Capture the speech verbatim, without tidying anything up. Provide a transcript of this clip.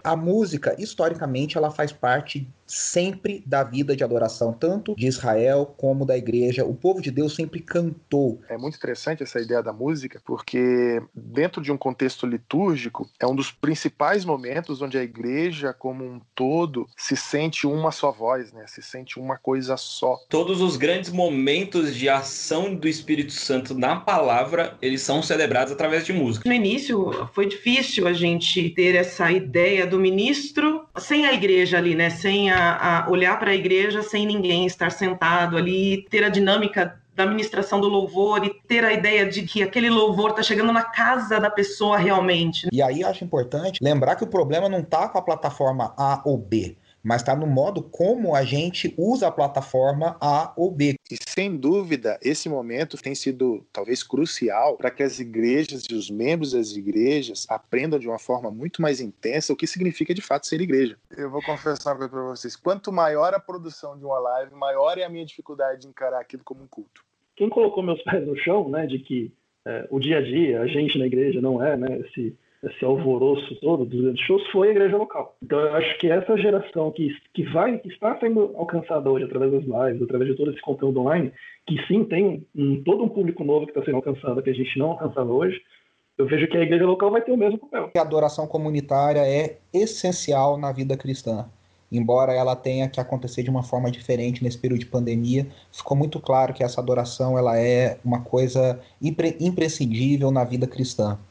A música, historicamente, ela faz parte sempre da vida de adoração, tanto de Israel como da igreja. O povo de Deus sempre cantou. É muito interessante essa ideia da música, porque dentro de um contexto litúrgico, é um dos principais momentos onde a igreja como um todo se sente uma só voz, né? Se sente uma coisa só. Todos os grandes momentos de ação do Espírito Santo na palavra, eles são celebrados através de música. No início foi difícil a gente ter essa ideia do ministro sem a igreja ali, né? Sem a, a olhar para a igreja, sem ninguém estar sentado ali, ter a dinâmica da ministração do louvor e ter a ideia de que aquele louvor está chegando na casa da pessoa realmente. E aí acho importante lembrar que o problema não está com a plataforma A ou B, mas está no modo como a gente usa a plataforma A ou B. E sem dúvida, esse momento tem sido talvez crucial para que as igrejas e os membros das igrejas aprendam de uma forma muito mais intensa o que significa de fato ser igreja. Eu vou confessar uma coisa para vocês: quanto maior a produção de uma live, maior é a minha dificuldade de encarar aquilo como um culto. Quem colocou meus pés no chão, né, de que é, o dia a dia, a gente na igreja não é, né, esse... esse alvoroço todo dos grandes shows, foi a igreja local. Então eu acho que essa geração que, que vai, que está sendo alcançada hoje através das lives, através de todo esse conteúdo online, que sim tem um, todo um público novo que está sendo alcançado, que a gente não alcançava hoje, eu vejo que a igreja local vai ter o mesmo papel. A adoração comunitária é essencial na vida cristã. Embora ela tenha que acontecer de uma forma diferente nesse período de pandemia, ficou muito claro que essa adoração ela é uma coisa impre- imprescindível na vida cristã.